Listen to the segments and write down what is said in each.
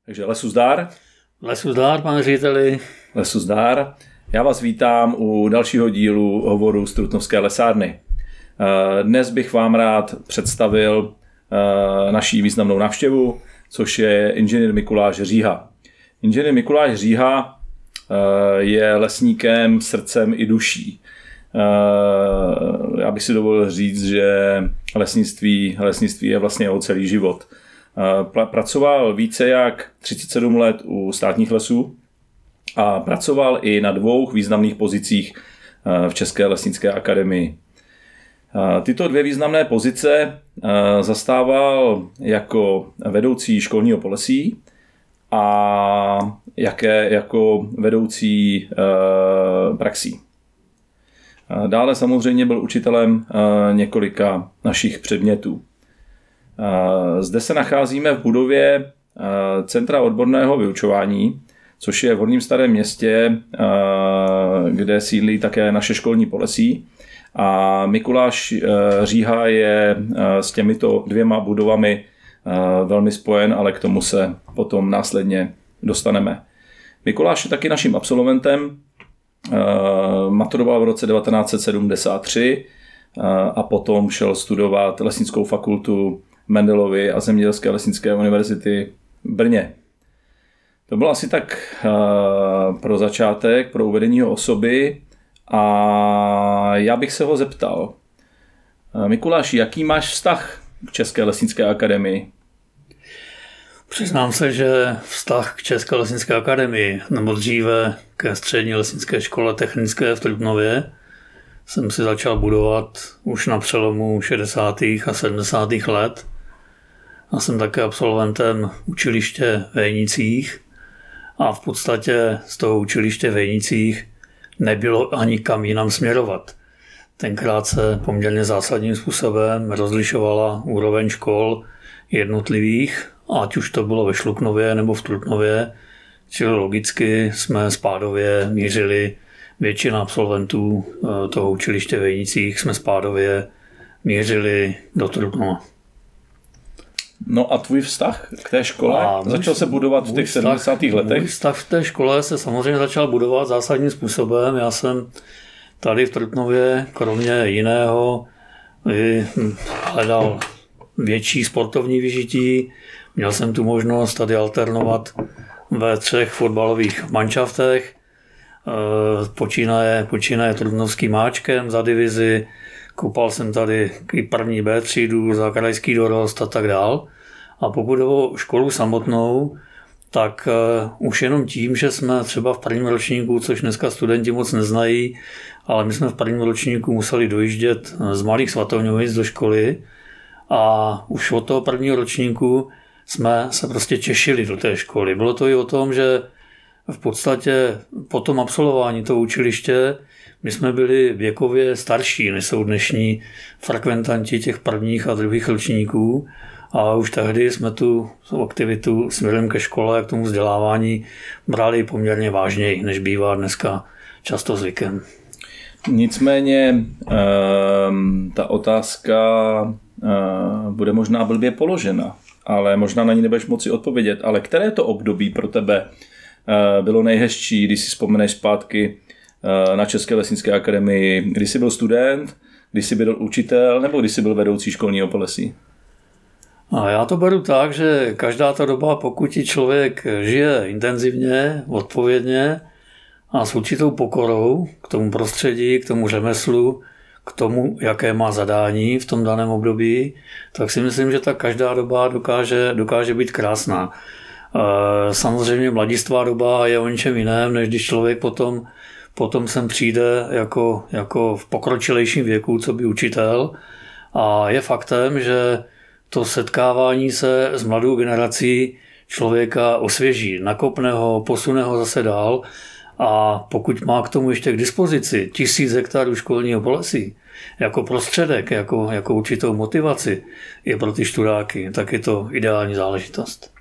Takže lesu zdar. Lesu zdar, pane řediteli. Lesu zdar. Já vás vítám u dalšího dílu hovoru z Trutnovské lesárny. Dnes bych vám rád představil naší významnou návštěvu, což je inženýr Mikuláš Říha. Inženýr Mikuláš Říha je lesníkem srdcem i duší. Já bych si dovolil říct, že lesnictví je vlastně jeho celý život. Pracoval více jak 37 let u státních lesů a pracoval i na 2 významných pozicích v České lesnické akademii. Tyto 2 významné pozice zastával jako vedoucí školního polesí a jako vedoucí praxí. Dále samozřejmě byl učitelem několika našich předmětů. Zde se nacházíme v budově Centra odborného vyučování, což je v Horním Starém Městě, kde sídlí také naše školní polesí. A Mikuláš Říha je s těmito 2 budovami velmi spojen, ale k tomu se potom následně dostaneme. Mikuláš je taky naším absolventem, maturoval v roce 1973 a potom šel studovat lesnickou fakultu Mendelovy a Zemědělské lesnické univerzity v Brně. To bylo asi tak pro začátek, pro uvedení jeho osoby a já bych se ho zeptal. Mikuláši, jaký máš vztah k České lesnické akademii? Přiznám se, že vztah k České lesnické akademii, nebo dříve ke střední lesnické škole technické v Trutnově, jsem si začal budovat už na přelomu 60. a 70. let. A jsem také absolventem učiliště v Jejnicích a v podstatě z toho učiliště v Jejnicích nebylo ani kam jinam směrovat. Tenkrát se poměrně zásadním způsobem rozlišovala úroveň škol jednotlivých, ať už to bylo ve Šluknově nebo v Trutnově, čili logicky jsme spádově mířili, většina absolventů toho učiliště v Jejnicích jsme spádově mířili do Trutnova. No a tvůj vztah k té škole začal se budovat v těch 70. letech? Můj vztah v té škole se samozřejmě začal budovat zásadním způsobem. Já jsem tady v Trutnově kromě jiného hledal větší sportovní vyžití. Měl jsem tu možnost tady alternovat ve 3 fotbalových manšaftech. Počínaje Trutnovským máčkem za divizi. Koupal jsem tady i první B třídu za krajský dorost a tak dál. A pokud jde o školu samotnou, tak už jenom tím, že jsme třeba v prvním ročníku, což dneska studenti moc neznají, ale my jsme v prvním ročníku museli dojíždět z Malých Svatoňovic do školy a už od toho prvního ročníku jsme se prostě těšili do té školy. Bylo to i o tom, že v podstatě po tom absolvování toho učiliště my jsme byli věkově starší, než jsou dnešní frekventanti těch prvních a druhých ročníků a už tehdy jsme tu aktivitu směrem ke škole a k tomu vzdělávání brali poměrně vážněji, než bývá dneska často zvykem. Nicméně ta otázka bude možná blbě položena, ale možná na ní nebudeš moci odpovědět. Ale které to období pro tebe bylo nejhezčí, když si vzpomeneš zpátky na České lesnické akademii, kdy jsi byl student, kdy jsi byl učitel nebo kdy jsi byl vedoucí školního polesí? A já to beru tak, že každá ta doba, pokud ti člověk žije intenzivně, odpovědně a s určitou pokorou k tomu prostředí, k tomu řemeslu, k tomu, jaké má zadání v tom daném období, tak si myslím, že ta každá doba dokáže být krásná. Samozřejmě mladistvá doba je o něčem jiném, než když člověk potom sem přijde jako v pokročilejším věku, co by učitel. A je faktem, že to setkávání se s mladou generací člověka osvěží, nakopne ho, posune ho zase dál. A pokud má k tomu ještě k dispozici 1000 hektarů školního polesí, jako prostředek, jako určitou motivaci je pro ty študáky, tak je to ideální záležitost.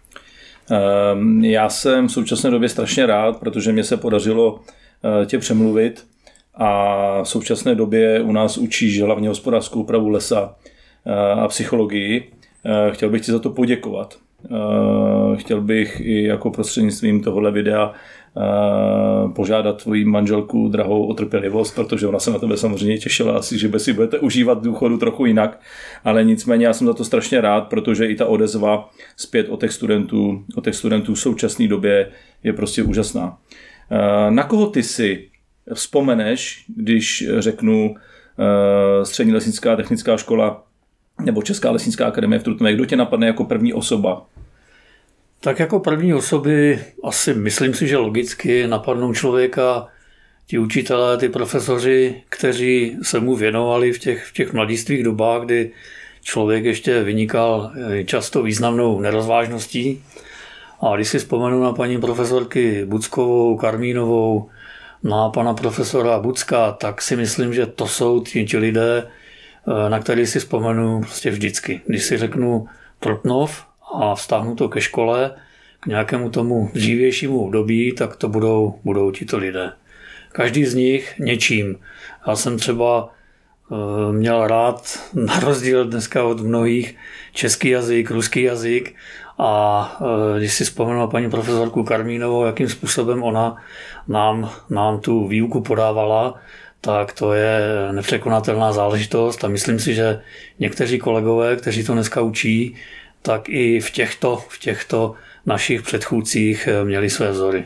Já jsem v současné době strašně rád, protože mě se podařilo tě přemluvit a v současné době u nás učíš hlavně hospodářskou úpravu lesa a psychologii. Chtěl bych ti za to poděkovat, chtěl bych i jako prostřednictvím tohohle videa požádat tvoji manželku drahou o trpělivost, protože ona se na tebe samozřejmě těšila asi, že si budete užívat důchodu trochu jinak, ale nicméně já jsem za to strašně rád, protože i ta odezva zpět od těch studentů v současné době je prostě úžasná. Na koho ty si vzpomeneš, když řeknu Střední lesnická technická škola nebo Česká lesnická akademie v Trutnově? Kdo tě napadne jako první osoba? Tak jako první osoby asi myslím si, že logicky napadnou člověka ti učitelé, ty profesoři, kteří se mu věnovali v těch mladistvých dobách, kdy člověk ještě vynikal často významnou nerozvážností. A když si vzpomenu na paní profesorky Buckovou, Karmínovou, na pana profesora Bucka, tak si myslím, že to jsou ti lidé, na který si vzpomenu prostě vždycky. Když si řeknu Trutnov a vztáhnu to ke škole, k nějakému tomu dřívějšímu období, tak to budou tito lidé. Každý z nich něčím. Já jsem třeba měl rád, na rozdíl dneska od mnohých, český jazyk, ruský jazyk, a když si vzpomenu na paní profesorku Karmínovou, jakým způsobem ona nám tu výuku podávala, tak to je nepřekonatelná záležitost a myslím si, že někteří kolegové, kteří to dneska učí, tak i v těchto našich předchůdcích měli své vzory.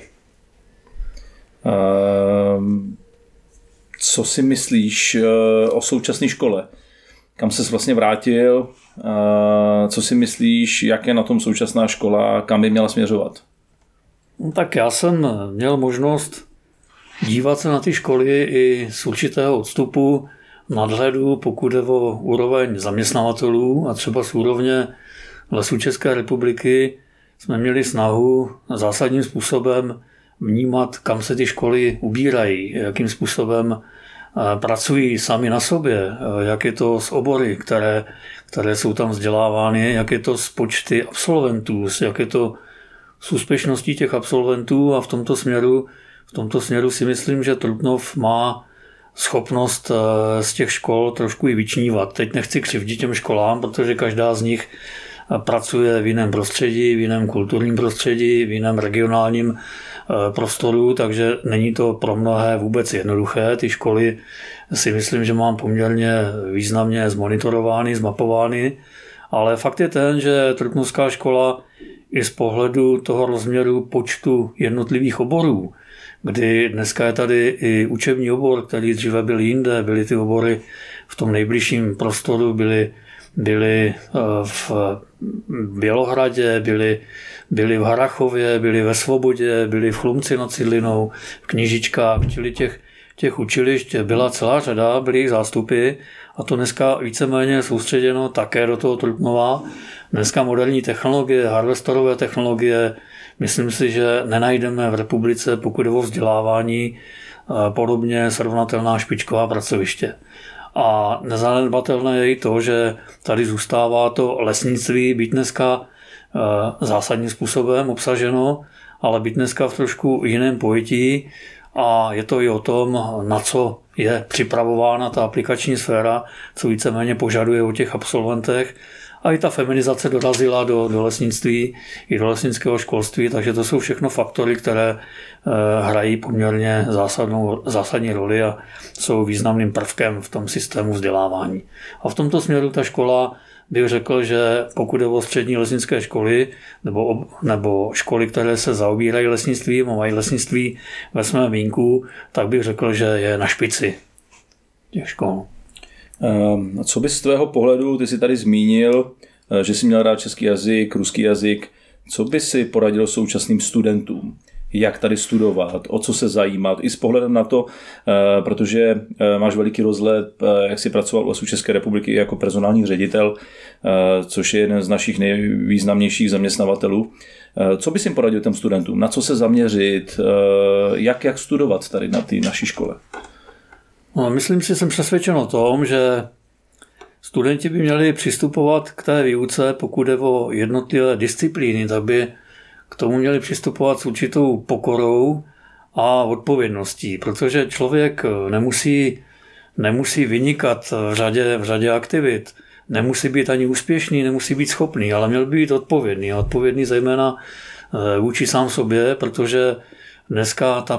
Co si myslíš o současné škole? Kam ses vlastně vrátil? Co si myslíš, jak je na tom současná škola? Kam by měla směřovat? No, tak já jsem měl možnost dívat se na ty školy i z určitého odstupu, nadhledu, pokud jde o úroveň zaměstnavatelů a třeba z úrovně Lesů České republiky jsme měli snahu zásadním způsobem vnímat, kam se ty školy ubírají, jakým způsobem pracují sami na sobě, jak je to s obory, které jsou tam vzdělávány, jak je to s počty absolventů, jak je to s úspěšností těch absolventů a v tomto směru si myslím, že Trutnov má schopnost z těch škol trošku i vyčnívat. Teď nechci křivdit těm školám, protože každá z nich pracuje v jiném prostředí, v jiném kulturním prostředí, v jiném regionálním prostoru, takže není to pro mnohé vůbec jednoduché. Ty školy si myslím, že mám poměrně významně zmonitorovány, zmapovány, ale fakt je ten, že Trutnovská škola i z pohledu toho rozměru počtu jednotlivých oborů, kdy dneska je tady i učební obor, který dříve byl jinde, byly ty obory v tom nejbližším prostoru, byly v Bělohradě, byly v Harrachově, byly ve Svobodě, byly v Chlumci nad Cidlinou, v Knížičkách, čili těch učilišť byla celá řada, byly jich zástupy a to dneska víceméně soustředěno také do toho Trutnova. Dneska moderní technologie, harvesterové technologie, myslím si, že nenajdeme v republice, pokud jde o vzdělávání, podobně srovnatelná špičková pracoviště. A nezanedbatelné je i to, že tady zůstává to lesnictví, být dneska zásadním způsobem obsaženo, ale být dneska v trošku jiném pojetí a je to i o tom, na co je připravována ta aplikační sféra, co víceméně požaduje o těch absolventech. A i ta feminizace dorazila do lesnictví, i do lesnického školství, takže to jsou všechno faktory, které hrají poměrně zásadní roli a jsou významným prvkem v tom systému vzdělávání. A v tomto směru ta škola, bych řekl, že pokud jde o střední lesnické školy nebo školy, které se zaobírají lesnictvím a mají lesnictví ve svém vínku, tak bych řekl, že je na špici těch škol. Co bys z tvého pohledu, ty jsi tady zmínil, že jsi měl rád český jazyk, ruský jazyk, co bys si poradil současným studentům? Jak tady studovat, o co se zajímat, i s pohledem na to, protože máš veliký rozhled, jak jsi pracoval u Lesů České republiky jako personální ředitel, což je jeden z našich nejvýznamnějších zaměstnavatelů. Co bys jim poradil těm studentům? Na co se zaměřit? Jak studovat tady na té naší škole? No, myslím si, jsem přesvědčen o tom, že studenti by měli přistupovat k té výuce, pokud jde o jednotlivé disciplíny, tak by k tomu měli přistupovat s určitou pokorou a odpovědností, protože člověk nemusí vynikat v řadě aktivit. nemusí být ani úspěšný, nemusí být schopný, ale měl by být odpovědný. A odpovědný zejména vůči sám sobě, protože dneska ta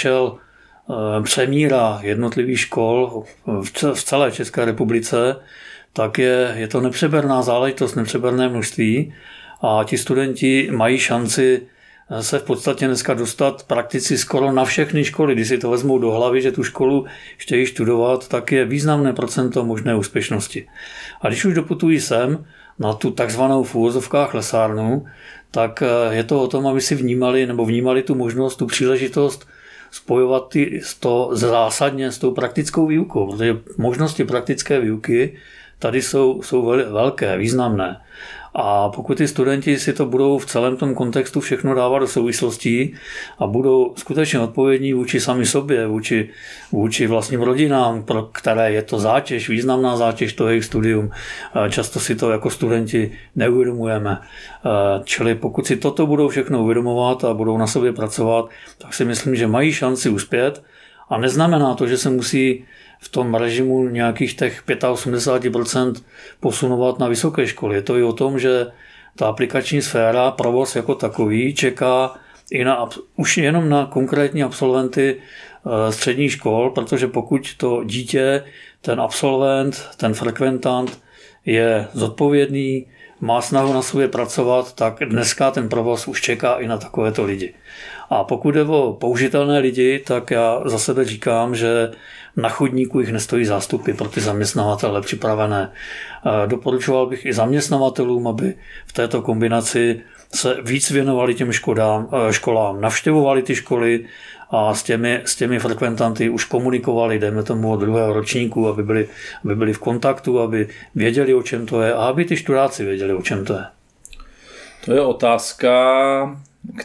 přemíra jednotlivých škol v celé České republice, tak je to nepřeberná záležitost, nepřeberné množství a ti studenti mají šanci se v podstatě dneska dostat prakticky skoro na všechny školy. Když si to vezmou do hlavy, že tu školu chtějí studovat, tak je významné procento možné úspěšnosti. A když už doputují sem na tu takzvanou v úvozovkách lesárnu, tak je to o tom, aby si vnímali tu možnost, tu příležitost spojovat to zásadně s tou praktickou výukou, protože možnosti praktické výuky tady jsou velké, významné. A pokud ty studenti si to budou v celém tom kontextu všechno dávat do souvislostí a budou skutečně odpovědní vůči sami sobě, vůči vlastním rodinám, pro které je to zátěž, významná zátěž to jejich studium, často si to jako studenti neuvědomujeme. Čili pokud si toto budou všechno uvědomovat a budou na sobě pracovat, tak si myslím, že mají šanci uspět a neznamená to, že se musí v tom režimu nějakých těch 85% posunovat na vysoké školy. Je to i o tom, že ta aplikační sféra, provoz jako takový, čeká i už jenom na konkrétní absolventy středních škol, protože pokud to dítě, ten absolvent, ten frekventant je zodpovědný, má snahu na sobě pracovat, tak dneska ten provoz už čeká i na takovéto lidi. A pokud jde o použitelné lidi, tak já za sebe říkám, že na chodníku jich nestojí zástupy pro ty zaměstnavatele připravené. Doporučoval bych i zaměstnavatelům, aby v této kombinaci se víc věnovali těm školám, navštěvovali ty školy a s těmi frekventanty už komunikovali, dejme tomu od druhého ročníku, aby byli v kontaktu, aby věděli, o čem to je a aby ty študáci věděli, o čem to je. To je otázka,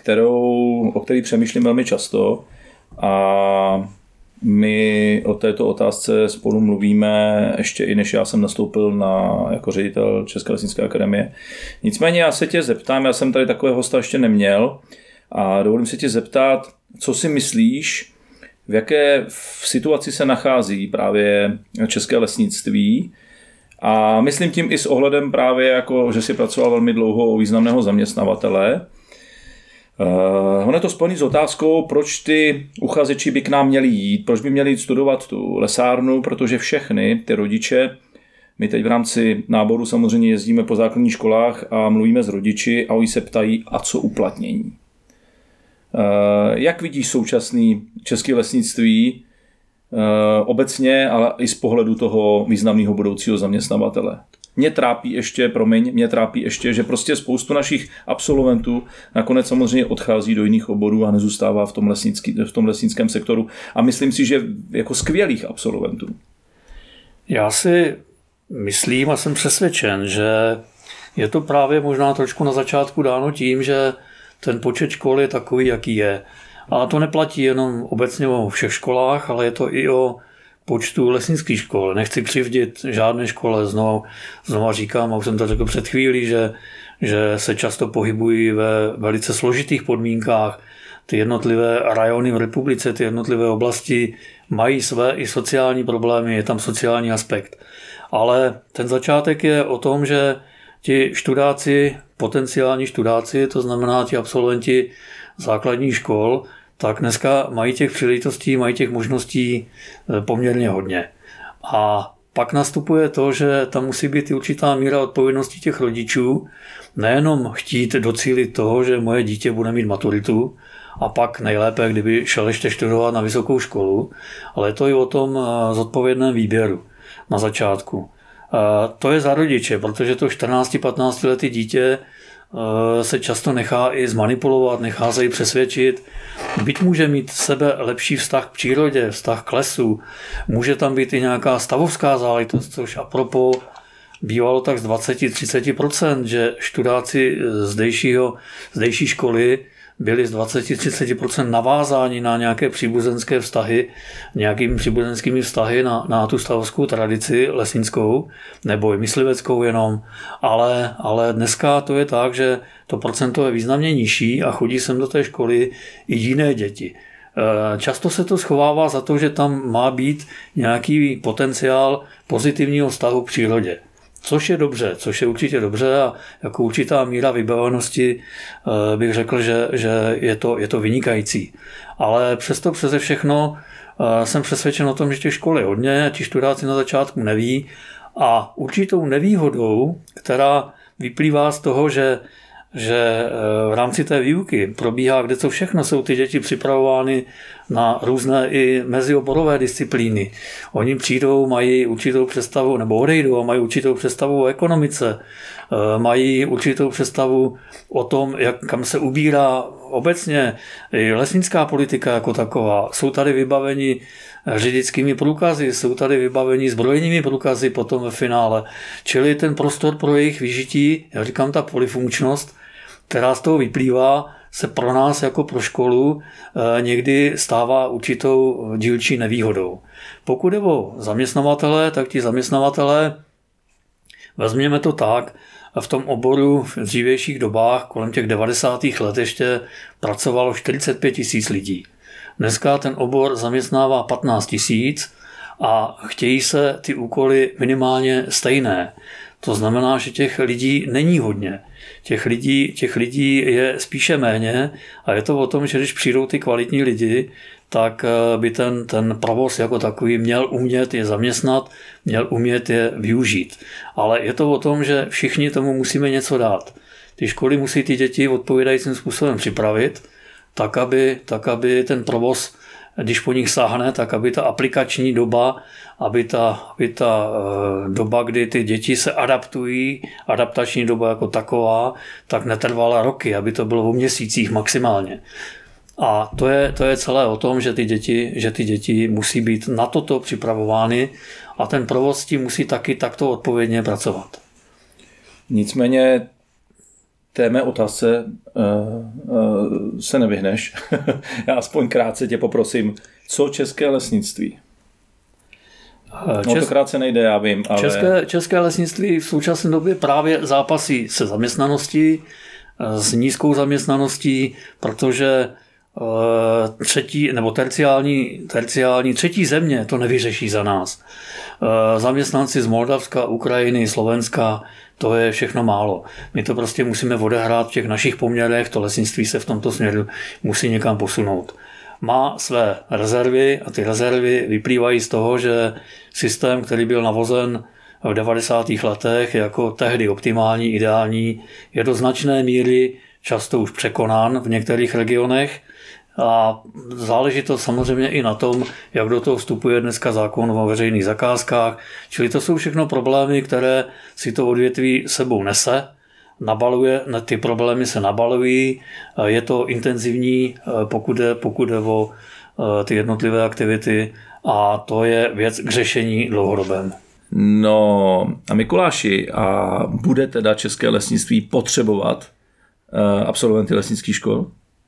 o které přemýšlím velmi často a my o této otázce spolu mluvíme ještě i než já jsem nastoupil jako ředitel České lesnické akademie. Nicméně já se tě zeptám, já jsem tady takového hosta ještě neměl a dovolím se tě zeptat, co si myslíš, v jaké situaci se nachází právě české lesnictví a myslím tím i s ohledem právě jako, že jsi pracoval velmi dlouho u významného zaměstnavatele. Ono je to spojené s otázkou, proč ty uchazeči by k nám měli jít, proč by měli jít studovat tu lesárnu, protože všechny ty rodiče, my teď v rámci náboru samozřejmě jezdíme po základních školách a mluvíme s rodiči a oni se ptají, a co uplatnění. Jak vidíš současný české lesnictví obecně, ale i z pohledu toho významného budoucího zaměstnavatele? Mě trápí ještě, že prostě spoustu našich absolventů nakonec samozřejmě odchází do jiných oborů a nezůstává v tom lesnickém sektoru. A myslím si, že jako skvělých absolventů. Já si myslím a jsem přesvědčen, že je to právě možná trošku na začátku dáno tím, že ten počet škol je takový, jaký je. A to neplatí jenom obecně o všech školách, ale je to i o počtu lesnických škol. Nechci křivdit žádné škole, znova říkám, a už jsem to řekl před chvílí, že se často pohybují ve velice složitých podmínkách. Ty jednotlivé rajony v republice, ty jednotlivé oblasti mají své i sociální problémy, je tam sociální aspekt. Ale ten začátek je o tom, že ti študáci, potenciální študáci, to znamená ti absolventi základních škol, tak dneska mají těch příležitostí, mají těch možností poměrně hodně. A pak nastupuje to, že tam musí být i určitá míra odpovědnosti těch rodičů, nejenom chtít docílit toho, že moje dítě bude mít maturitu a pak nejlépe, kdyby šel ještě studovat na vysokou školu, ale je to i o tom zodpovědném výběru na začátku. To je za rodiče, protože to 14-15 letý dítě se často nechá i zmanipulovat, nechá se i přesvědčit. Byť může mít sebe lepší vztah k přírodě, vztah k lesu, může tam být i nějaká stavovská záležitost, což apropos bývalo tak z 20-30%, že študáci zdejší školy byli z 20-30% navázáni na nějaké příbuzenské vztahy, nějakými příbuzenskými vztahy na tu stavovskou tradici lesnickou, nebo i mysliveckou jenom, ale dneska to je tak, že to procento je významně nižší a chodí sem do té školy i jiné děti. Často se to schovává za to, že tam má být nějaký potenciál pozitivního vztahu k přírodě. Což je dobře, což je určitě dobře a jako určitá míra vybavenosti bych řekl, že je to vynikající. Ale přesto přeze všechno jsem přesvědčen o tom, že těch škol je hodně, ti študáci na začátku neví a určitou nevýhodou, která vyplývá z toho, že v rámci té výuky probíhá, kde co všechno jsou ty děti připravovány na různé i mezioborové disciplíny. Oni přijdou, mají určitou představu, nebo odejdou a mají určitou představu o ekonomice, mají určitou představu o tom, kam se ubírá obecně i lesnická politika jako taková. Jsou tady vybaveni řidičskými průkazy, jsou tady vybaveni zbrojními průkazy potom ve finále. Čili ten prostor pro jejich vyžití, já říkám ta polyfunkčnost, která z toho vyplývá, se pro nás jako pro školu někdy stává určitou dílčí nevýhodou. Pokud je o zaměstnavatele, tak ti zaměstnavatele, vezměme to tak, v tom oboru v dřívějších dobách, kolem těch 90. let ještě pracovalo 45 000 lidí. Dneska ten obor zaměstnává 15 000 a chtějí se ty úkoly minimálně stejné. To znamená, že těch lidí není hodně. Těch lidí je spíše méně a je to o tom, že když přijdou ty kvalitní lidi, tak by ten provoz jako takový měl umět je zaměstnat, měl umět je využít. Ale je to o tom, že všichni tomu musíme něco dát. Ty školy musí ty děti odpovídajícím způsobem připravit, tak aby ten provoz, když po nich sáhne, tak aby ta aplikační doba, aby ta doba, kdy ty děti se adaptují, adaptační doba jako taková, tak netrvala roky, aby to bylo o měsících maximálně. A to je celé o tom, že ty děti musí být na toto připravovány a ten provoz s tím musí taky takto odpovědně pracovat. Nicméně té mé otázce se nevyhneš. Já aspoň krátce tě poprosím, co české lesnictví? To krátce nejde, já vím. Ale... České lesnictví v současné době právě zápasí se zaměstnaností, s nízkou zaměstnaností, protože třetí nebo terciální třetí země to nevyřeší za nás. Zaměstnanci z Moldavska, Ukrajiny, Slovenska, to je všechno málo. My to prostě musíme odehrát v těch našich poměrech, to lesnictví se v tomto směru musí někam posunout. Má své rezervy a ty rezervy vyplývají z toho, že systém, který byl navozen v 90. letech jako tehdy optimální, ideální, je do značné míry často už překonán v některých regionech a záleží to samozřejmě i na tom, jak do toho vstupuje dneska zákon o veřejných zakázkách, čili to jsou všechno problémy, které si to odvětví sebou nese, nabaluje, ty problémy se nabalují, je to intenzivní, pokud jde o ty jednotlivé aktivity a to je věc k řešení dlouhodobém. No a Mikuláši, a bude teda české lesnictví potřebovat absolventy lesnických škol?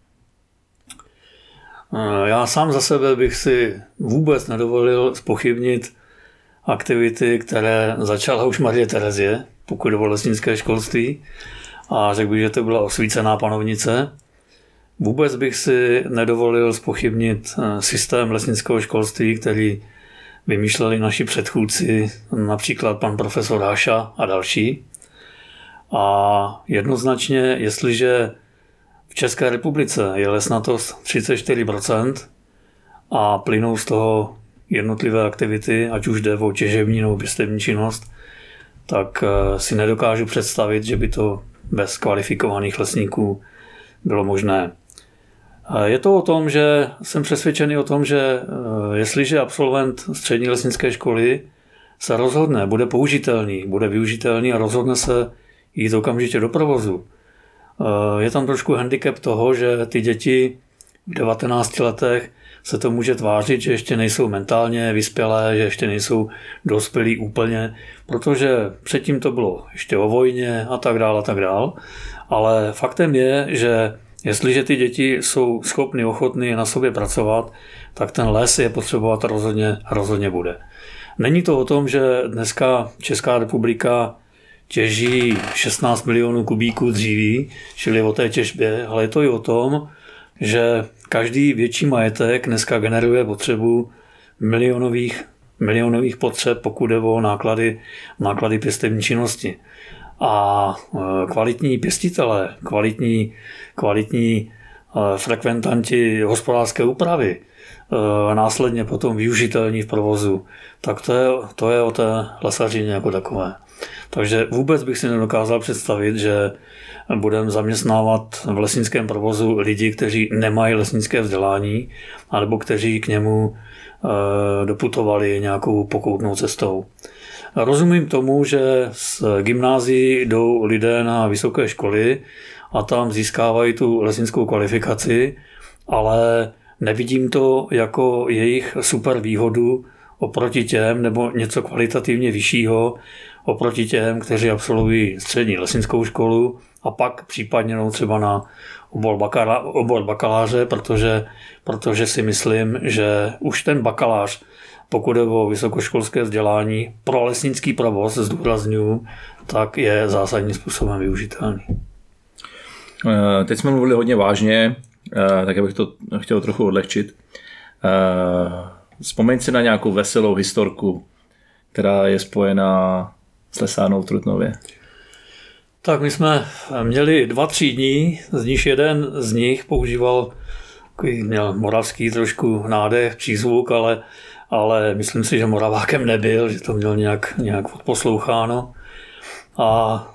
Já sám za sebe bych si vůbec nedovolil zpochybnit aktivity, které začala už Marie Terezie, pokud jde o lesnické školství, a řekl bych, že to byla osvícená panovnice. Vůbec bych si nedovolil zpochybnit systém lesnického školství, který vymýšleli naši předchůdci, například pan profesor Háša a další. A jednoznačně, jestliže v České republice je lesnatost 34% a plynou z toho jednotlivé aktivity, ať už jde o těžební nebo pěstební činnost, tak si nedokážu představit, že by to bez kvalifikovaných lesníků bylo možné. Je to o tom, že jsem přesvědčený o tom, že jestliže absolvent střední lesnické školy se rozhodne, bude použitelný, bude využitelný a rozhodne se jít okamžitě do provozu, je tam trošku handicap toho, že ty děti v 19 letech se to může tvářit, že ještě nejsou mentálně vyspělé, že ještě nejsou dospělí úplně, protože předtím to bylo ještě o vojně a tak dále. Ale faktem je, že jestliže ty děti jsou schopny, ochotny na sobě pracovat, tak ten les je potřebovat rozhodně bude. Není to o tom, že dneska Česká republika těží 16 milionů kubíků dříví, čili o té těžbě, ale je to i o tom, že každý větší majetek dneska generuje potřebu milionových milionových potřeb, pokud jde o náklady pěstební činnosti. A kvalitní pěstitelé, kvalitní frekventanti hospodářské úpravy, následně potom využitelní v provozu, tak to je o té lesařině jako takové. Takže vůbec bych si nedokázal představit, že budeme zaměstnávat v lesnickém provozu lidi, kteří nemají lesnické vzdělání, anebo kteří k němu doputovali nějakou pokoutnou cestou. Rozumím tomu, že z gymnázií jdou lidé na vysoké školy a tam získávají tu lesnickou kvalifikaci, ale nevidím to jako jejich super výhodu oproti těm, nebo něco kvalitativně vyššího oproti těm, kteří absolvují střední lesnickou školu a pak případně třeba na obor bakaláře, protože si myslím, že už ten bakalář, pokud je o vysokoškolské vzdělání, pro lesnický provoz, zdůrazňuji, tak je zásadním způsobem využitelný. Teď jsme mluvili hodně vážně, tak bych to chtěl trochu odlehčit. Vzpomeň si na nějakou veselou historku, která je spojená s lesárnou v Trutnově. Tak my jsme měli 2 třídní, z nich jeden z nich měl moravský trošku nádech, přízvuk, ale myslím si, že Moravákem nebyl, že to měl nějak odposloucháno. A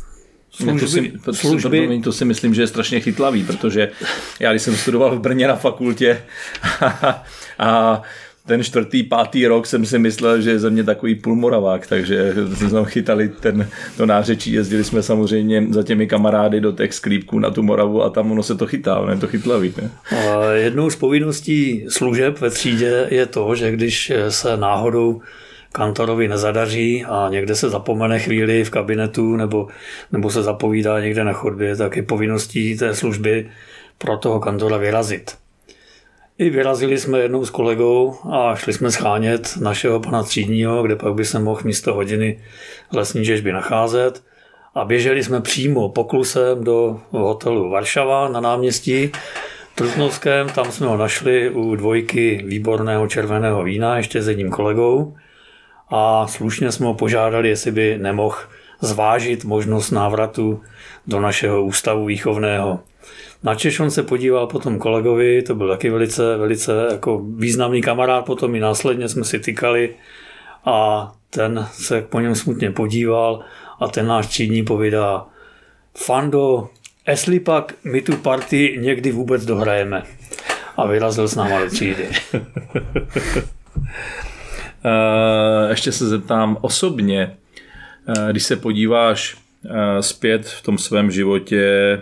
služby. To si myslím, že je strašně chytlavý, protože já když jsem studoval v Brně na fakultě a ten 4., 5. rok jsem si myslel, že je ze mě takový půlmoravák, takže jsme chytali to nářečí, jezdili jsme samozřejmě za těmi kamarády do těch sklípků na tu Moravu a tam ono se to chytá, ono je to chytlavý. Ne? Jednou z povinností služeb ve třídě je to, že když se náhodou kantorovi nezadaří a někde se zapomene chvíli v kabinetu nebo se zapovídá někde na chodbě, tak je povinností té služby pro toho kantora vyrazit. I vyrazili jsme jednou s kolegou a šli jsme schánět našeho pana třídního, kde pak by se mohl místo hodiny lesní těžby nacházet. A běželi jsme přímo poklusem do hotelu Varšava na náměstí Trutnovském. Tam jsme ho našli u 2 výborného červeného vína, ještě s jedním kolegou. A slušně jsme ho požádali, jestli by nemohl zvážit možnost návratu do našeho ústavu výchovného. Načež on se podíval potom kolegovi, to byl taky velice jako významný kamarád, potom i následně jsme si tykali a ten se po něm smutně podíval a ten náš třídní povídá: Fando, jestli pak my tu partii někdy vůbec dohrajeme. A vyrazil s náma do třídy. Ještě se zeptám osobně, když se podíváš zpět v tom svém životě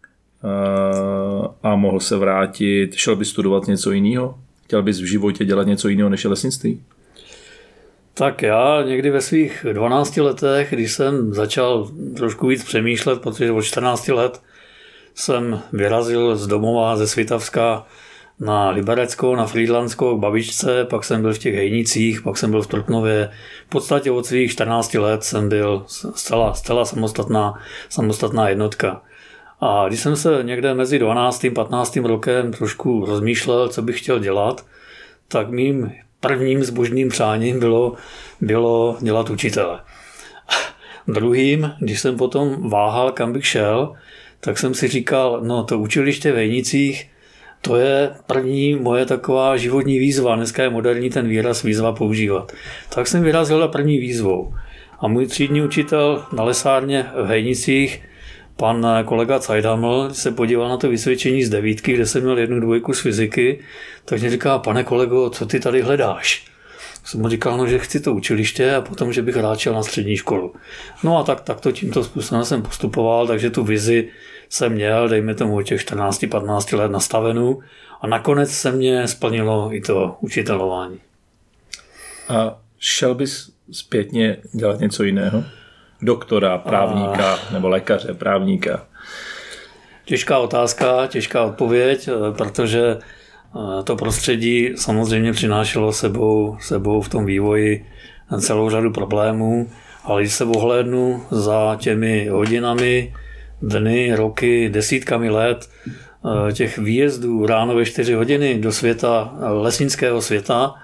a mohl se vrátit, šel bys studovat něco jiného? Chtěl bys v životě dělat něco jiného než lesnictví? Tak já někdy ve svých 12 letech, když jsem začal trošku víc přemýšlet, protože od 14 let jsem vyrazil z domova ze Svitavska na Liberecko, na Frýdlansko k babičce, pak jsem byl v těch Hejnicích, pak jsem byl v Trutnově. V podstatě od svých 14 let jsem byl zcela samostatná jednotka. A když jsem se někde mezi 12. a 15. rokem trošku rozmýšlel, co bych chtěl dělat, tak mým prvním zbožným přáním bylo dělat učitele. Druhým, když jsem potom váhal, kam bych šel, tak jsem si říkal, no to učiliště v Hejnicích, to je první moje taková životní výzva. Dneska je moderní ten výraz výzva používat. Tak jsem vyrazil na první výzvou. A můj třídní učitel na lesárně v Hejnicích, pan kolega Cajdhaml, se podíval na to vysvědčení z 9, kde jsem měl 1, 2 z fyziky, tak mě říká: pane kolego, co ty tady hledáš? Jsem mu říkal, no, že chci to učiliště a potom, že bych rád šel na střední školu. No a tak to tímto způsobem jsem postupoval, takže tu vizi jsem měl, dejme tomu, od těch 14-15 let nastavenou a nakonec se mě splnilo i to učitelování. A šel bys zpětně dělat něco jiného? Doktora, právníka nebo lékaře, právníka? Těžká otázka, těžká odpověď, protože to prostředí samozřejmě přinášelo sebou v tom vývoji celou řadu problémů, ale když se ohlédnu za těmi hodinami, dny, roky, desítkami let těch výjezdů ráno ve 4 hodiny do světa, lesnického světa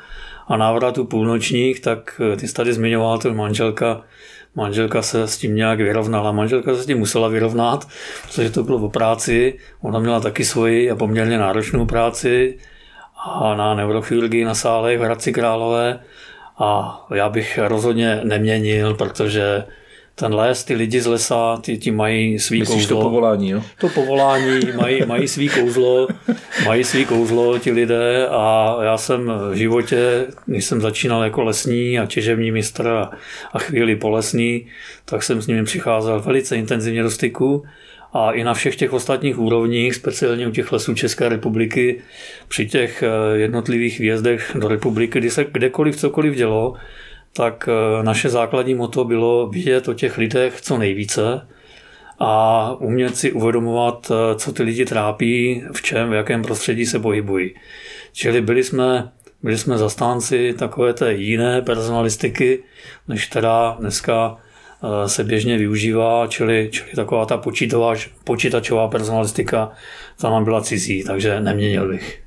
a návratu půlnočních, tak ty jsi tady zmiňoval, to manželka se s tím nějak vyrovnala. Manželka se s tím musela vyrovnat, protože to bylo o práci. Ona měla taky svoji a poměrně náročnou práci a na neurochirurgii na Sálech v Hradci Králové. A já bych rozhodně neměnil, protože ten les, ty lidi z lesa, ty mají svý kouzlo. Myslíš to povolání, jo? To povolání, mají svý kouzlo ti lidé a já jsem v životě, když jsem začínal jako lesní a těžební mistr a chvíli polesný, tak jsem s nimi přicházel velice intenzivně do styku a i na všech těch ostatních úrovních, speciálně u těch lesů České republiky, při těch jednotlivých výjezdech do republiky, kdy se kdekoliv cokoliv dělo, tak naše základní motto bylo vidět o těch lidech co nejvíce a umět si uvědomovat, co ty lidi trápí, v jakém prostředí se pohybují. Čili byli jsme zastánci takové té jiné personalistiky, než teda dneska se běžně využívá, čili taková ta počítačová personalistika, ta nám byla cizí, takže neměnil bych.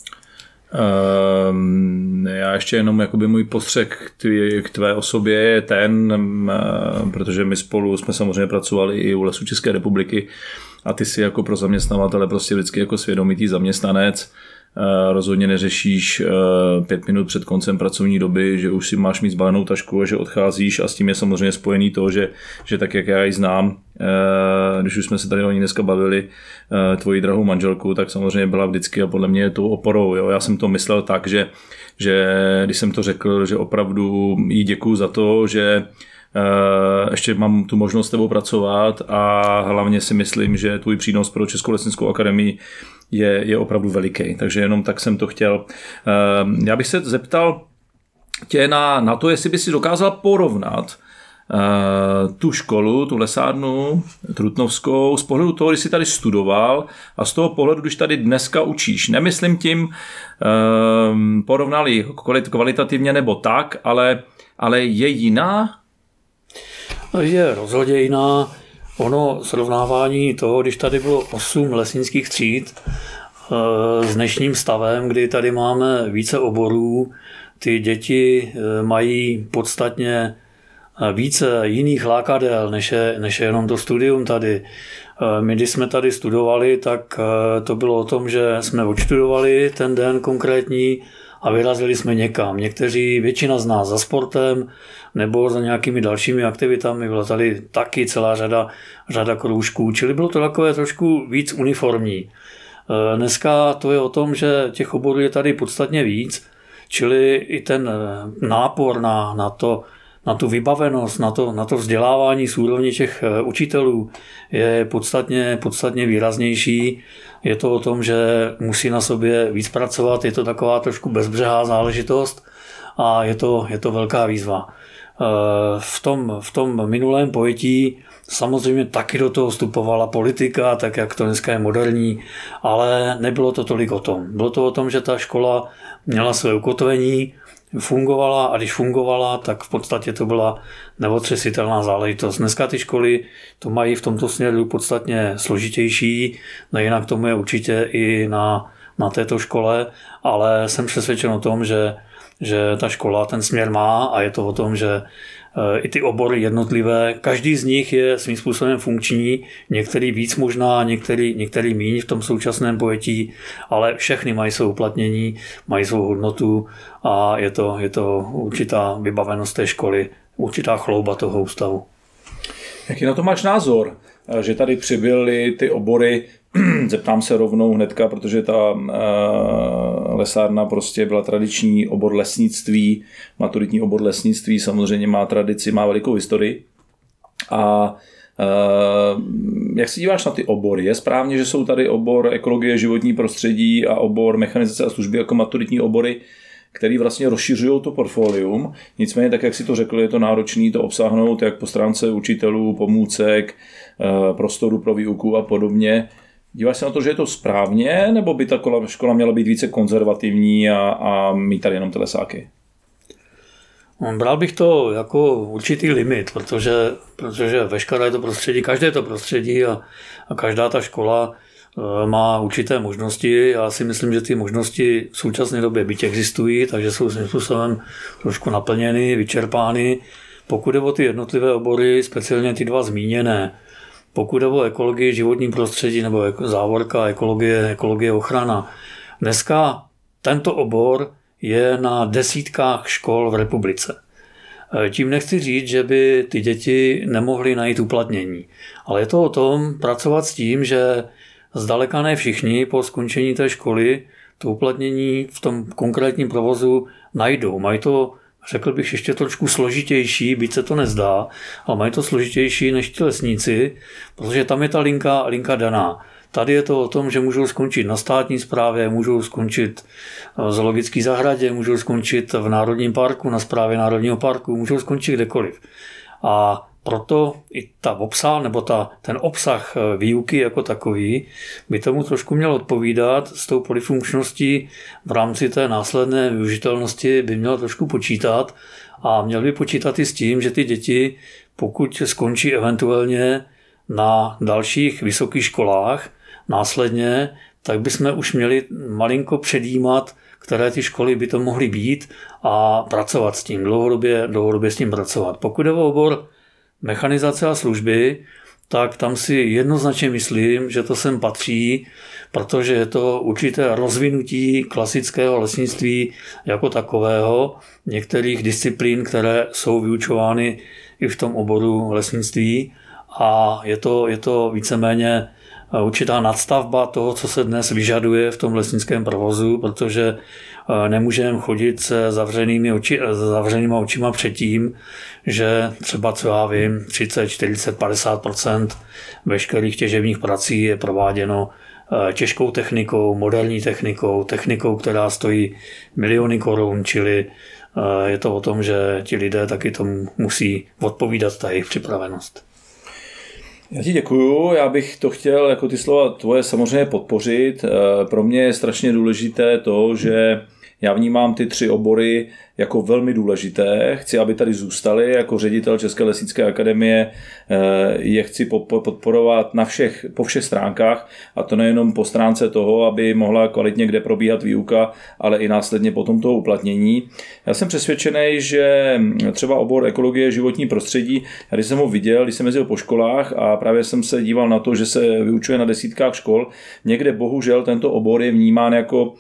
Já ještě jenom jakoby můj postřeh k tvé osobě je ten, protože my spolu jsme samozřejmě pracovali i u Lesů České republiky a ty si jako pro zaměstnavatele prostě vždycky jako svědomitý zaměstnanec. Rozhodně neřešíš 5 minut před koncem pracovní doby, že už si máš mít zbalenou tašku a že odcházíš a s tím je samozřejmě spojený to, že tak jak já ji znám, když už jsme se tady o ní dneska bavili, tvoji drahou manželku, tak samozřejmě byla vždycky a podle mě je tou oporou. Jo? Já jsem to myslel tak, že když jsem to řekl, že opravdu jí děkuju za to, že ještě mám tu možnost s tebou pracovat a hlavně si myslím, že tvůj přínos pro Českou lesnickou akademii je opravdu veliký. Takže jenom tak jsem to chtěl. Já bych se zeptal tě na to, jestli by si dokázal porovnat tu školu, tu lesárnu trutnovskou z pohledu toho, když jsi tady studoval a z toho pohledu, když tady dneska učíš. Nemyslím tím porovnali kvalitativně nebo tak, ale je jiná? Je rozhodně jiná. Ono srovnávání toho, když tady bylo 8 lesnických tříd s dnešním stavem, kdy tady máme více oborů, ty děti mají podstatně více jiných lákadel, než je jenom to studium tady. My, když jsme tady studovali, tak to bylo o tom, že jsme odštudovali ten den konkrétní a vyrazili jsme někam. Většina z nás za sportem nebo za nějakými dalšími aktivitami. Byla tady taky celá řada kroužků, čili bylo to takové trošku víc uniformní. Dneska to je o tom, že těch oborů je tady podstatně víc, čili i ten nápor na tu vybavenost, na to vzdělávání z úrovně těch učitelů je podstatně výraznější. Je to o tom, že musí na sobě víc pracovat, je to taková trošku bezbřehá záležitost a je to velká výzva. V tom minulém pojetí samozřejmě taky do toho vstupovala politika, tak jak to dneska je moderní, ale nebylo to tolik o tom. Bylo to o tom, že ta škola měla své ukotvení, fungovala a když fungovala, tak v podstatě to byla neotřesitelná záležitost. Dneska ty školy to mají v tomto směru podstatně složitější, nejinak tomu je určitě i na této škole, ale jsem přesvědčen o tom, že ta škola ten směr má a je to o tom, že i ty obory jednotlivé, každý z nich je svým způsobem funkční, některý víc možná, některý míň v tom současném pojetí, ale všechny mají svou uplatnění, mají svou hodnotu a je to určitá vybavenost té školy, určitá chlouba toho ústavu. Jaký na to máš názor, že tady přibyly ty obory? Zeptám se rovnou hnedka, protože ta lesárna prostě byla tradiční obor lesnictví, maturitní obor lesnictví, samozřejmě má tradici, má velikou historii. A jak se díváš na ty obory? Je správně, že jsou tady obor ekologie, životní prostředí a obor mechanizace a služby jako maturitní obory, který vlastně rozšiřují to portfolium. Nicméně, tak jak si to řekl, je to náročné to obsáhnout jak po stránce učitelů, pomůcek, prostoru pro výuku a podobně. Díváš se na to, že je to správně, nebo by ta škola měla být více konzervativní a mít tady jenom ty lesáky? Bral bych to jako určitý limit, protože veškeré to prostředí, každé to prostředí a každá ta škola má určité možnosti. Já si myslím, že ty možnosti v současné době byť existují, takže jsou svým způsobem trošku naplněny, vyčerpány. Pokud jde o ty jednotlivé obory, speciálně ty dva zmíněné, pokud jde o ekologii, životní prostředí nebo závorka ekologie ochrana, dneska tento obor je na desítkách škol v republice. Tím nechci říct, že by ty děti nemohly najít uplatnění, ale je to o tom pracovat s tím, že zdaleka ne všichni po skončení té školy to uplatnění v tom konkrétním provozu najdou. Mají to, řekl bych, ještě trošku složitější, byť se to nezdá, ale mají to složitější než ti lesníci, protože tam je ta linka daná. Tady je to o tom, že můžou skončit na státní správě, můžou skončit v zoologické zahradě, můžou skončit v národním parku, na správě národního parku, můžou skončit kdekoliv. A proto i ten obsah výuky jako takový by tomu trošku měl odpovídat. S tou polyfunkčností v rámci té následné využitelnosti by měl trošku počítat a měl by počítat i s tím, že ty děti, pokud skončí eventuálně na dalších vysokých školách následně, tak bychom už měli malinko předjímat, které ty školy by to mohly být a pracovat s tím, dlouhodobě s tím pracovat. Pokud je o obor mechanizace a služby, tak tam si jednoznačně myslím, že to sem patří, protože je to určité rozvinutí klasického lesnictví jako takového, některých disciplín, které jsou vyučovány i v tom oboru lesnictví a je to víceméně určitá nadstavba toho, co se dnes vyžaduje v tom lesnickém provozu, protože nemůžeme chodit se zavřenýma očima před tím, že třeba, co já vím, 30, 40, 50% veškerých těžebních prací je prováděno těžkou technikou, moderní technikou, která stojí miliony korun, čili je to o tom, že ti lidé taky tomu musí odpovídat ta jejich připravenost. Já ti děkuju, já bych to chtěl jako ty slova tvoje samozřejmě podpořit. Pro mě je strašně důležité to, že já vnímám ty 3 obory jako velmi důležité. Chci, aby tady zůstaly. Jako ředitel České lesnické akademie je chci podporovat po všech stránkách, a to nejenom po stránce toho, aby mohla kvalitně kde probíhat výuka, ale i následně potom toho uplatnění. Já jsem přesvědčený, že třeba obor ekologie životní prostředí, když jsem ho viděl, když jsem jezdil po školách a právě jsem se díval na to, že se vyučuje na desítkách škol, někde bohužel tento obor je vnímán jako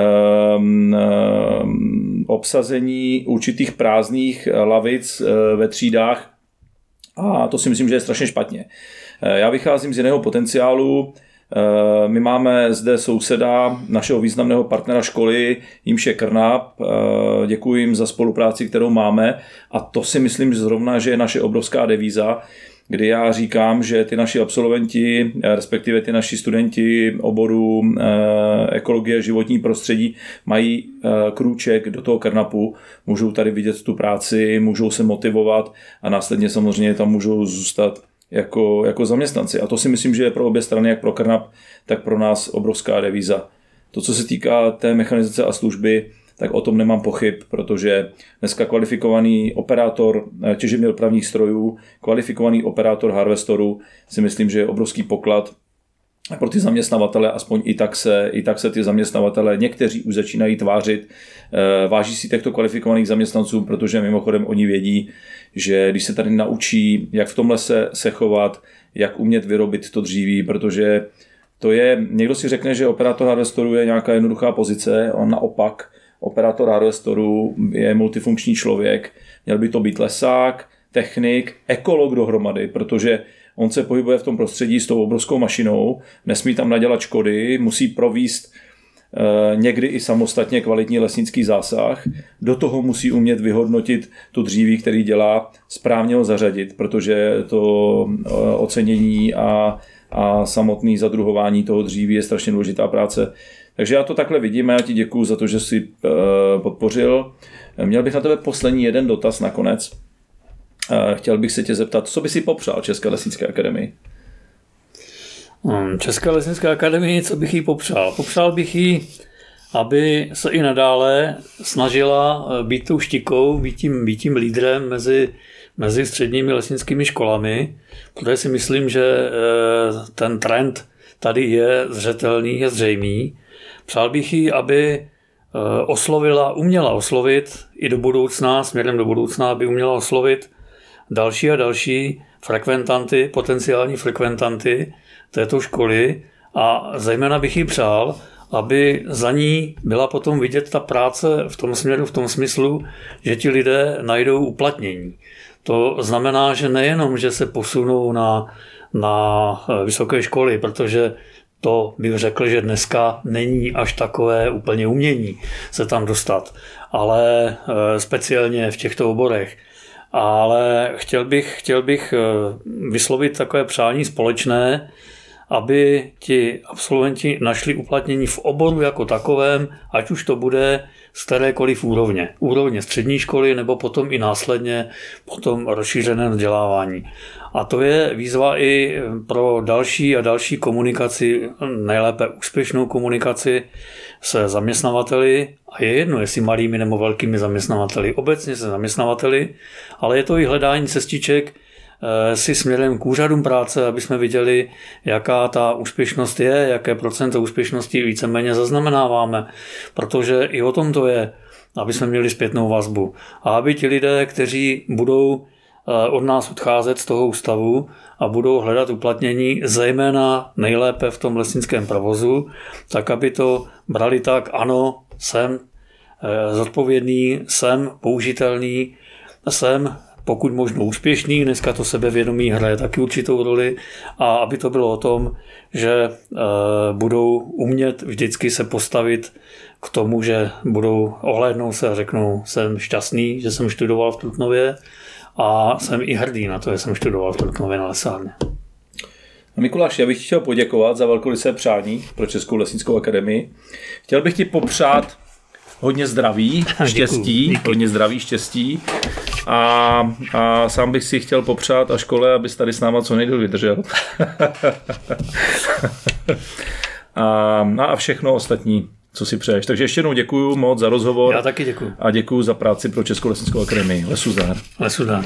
obsazení určitých prázdných lavic ve třídách, a to si myslím, že je strašně špatně. Já vycházím z jiného potenciálu. My máme zde souseda, našeho významného partnera školy, jímž je Krnap. Děkuji jim za spolupráci, kterou máme, a to si myslím, že zrovna, že je naše obrovská devíza, kdy já říkám, že ty naši absolventi, respektive ty naši studenti oboru ekologie životní prostředí mají krůček do toho Krnapu, můžou tady vidět tu práci, můžou se motivovat a následně samozřejmě tam můžou zůstat jako zaměstnanci. A to si myslím, že je pro obě strany, jak pro Krnap, tak pro nás obrovská devíza. To, co se týká té mechanizace a služby, tak o tom nemám pochyb, protože dneska kvalifikovaný operátor těžebně dopravních strojů, kvalifikovaný operátor harvestoru si myslím, že je obrovský poklad pro ty zaměstnavatele, aspoň i tak se ty zaměstnavatele, někteří už začínají tvářit, váží si těchto kvalifikovaných zaměstnanců, protože mimochodem oni vědí, že když se tady naučí, jak v tom lese se chovat, jak umět vyrobit to dříví, protože to je, někdo si řekne, že operátor harvestoru je nějaká jednoduchá pozice, on naopak, operátor harvestoru je multifunkční člověk, měl by to být lesák, technik, ekolog dohromady, protože on se pohybuje v tom prostředí s tou obrovskou mašinou, nesmí tam nadělat škody, musí provést někdy i samostatně kvalitní lesnický zásah, do toho musí umět vyhodnotit to dříví, který dělá, správně ho zařadit, protože to ocenění a samotné zadruhování toho dříví je strašně důležitá práce. Takže já to takhle vidím a já ti děkuju za to, že jsi podpořil. Měl bych na tebe poslední jeden dotaz nakonec. Chtěl bych se tě zeptat, co by si popřál České lesnické akademii? České lesnické akademii, co bych jí popřál? Popřál bych jí, aby se i nadále snažila být tou štikou, být tím lídrem mezi středními lesnickými školami, protože si myslím, že ten trend tady je zřetelný, je zřejmý. Přál bych jí, aby uměla oslovit i do budoucna, směrem do budoucna, aby uměla oslovit další a další frekventanty, potenciální frekventanty této školy a zejména bych jí přál, aby za ní byla potom vidět ta práce v tom směru, v tom smyslu, že ti lidé najdou uplatnění. To znamená, že nejenom, že se posunou na vysoké školy, protože to bych řekl, že dneska není až takové úplně umění se tam dostat, ale speciálně v těchto oborech. Ale chtěl bych vyslovit takové přání společné, aby ti absolventi našli uplatnění v oboru jako takovém, ať už to bude z kterékoliv úrovně. Úrovně střední školy nebo potom i následně potom rozšířené vzdělávání. A to je výzva i pro další a další komunikaci, nejlépe úspěšnou komunikaci se zaměstnavateli. A je jedno, jestli malými nebo velkými zaměstnavateli, obecně se zaměstnavateli, ale je to i hledání cestiček si směrem k úřadům práce, aby jsme viděli, jaká ta úspěšnost je, jaké procento úspěšnosti víceméně zaznamenáváme, protože i o tom to je, aby jsme měli zpětnou vazbu. A aby ti lidé, kteří budou od nás odcházet z toho ústavu a budou hledat uplatnění, zejména nejlépe v tom lesnickém provozu, tak aby to brali tak, ano, jsem zodpovědný, jsem použitelný, jsem pokud možno úspěšný, dneska to sebevědomí hraje taky určitou roli a aby to bylo o tom, že budou umět vždycky se postavit k tomu, že budou ohlédnout se a řeknou, jsem šťastný, že jsem študoval v Trutnově a jsem i hrdý na to, že jsem študoval v Trutnově na lesárně. Mikuláš, já bych chtěl poděkovat za velkorysé přání pro Českou lesnickou akademii. Chtěl bych ti popřát hodně zdraví, štěstí, Díky. hodně zdraví, štěstí a sám bych si chtěl popřát a škole, abys tady s náma co nejdýl vydržel. a všechno ostatní, co si přeješ. Takže ještě jednou děkuju moc za rozhovor. Já taky děkuju. A děkuju za práci pro Českou lesnickou akademii. Lesu zdar. Lesu zdar.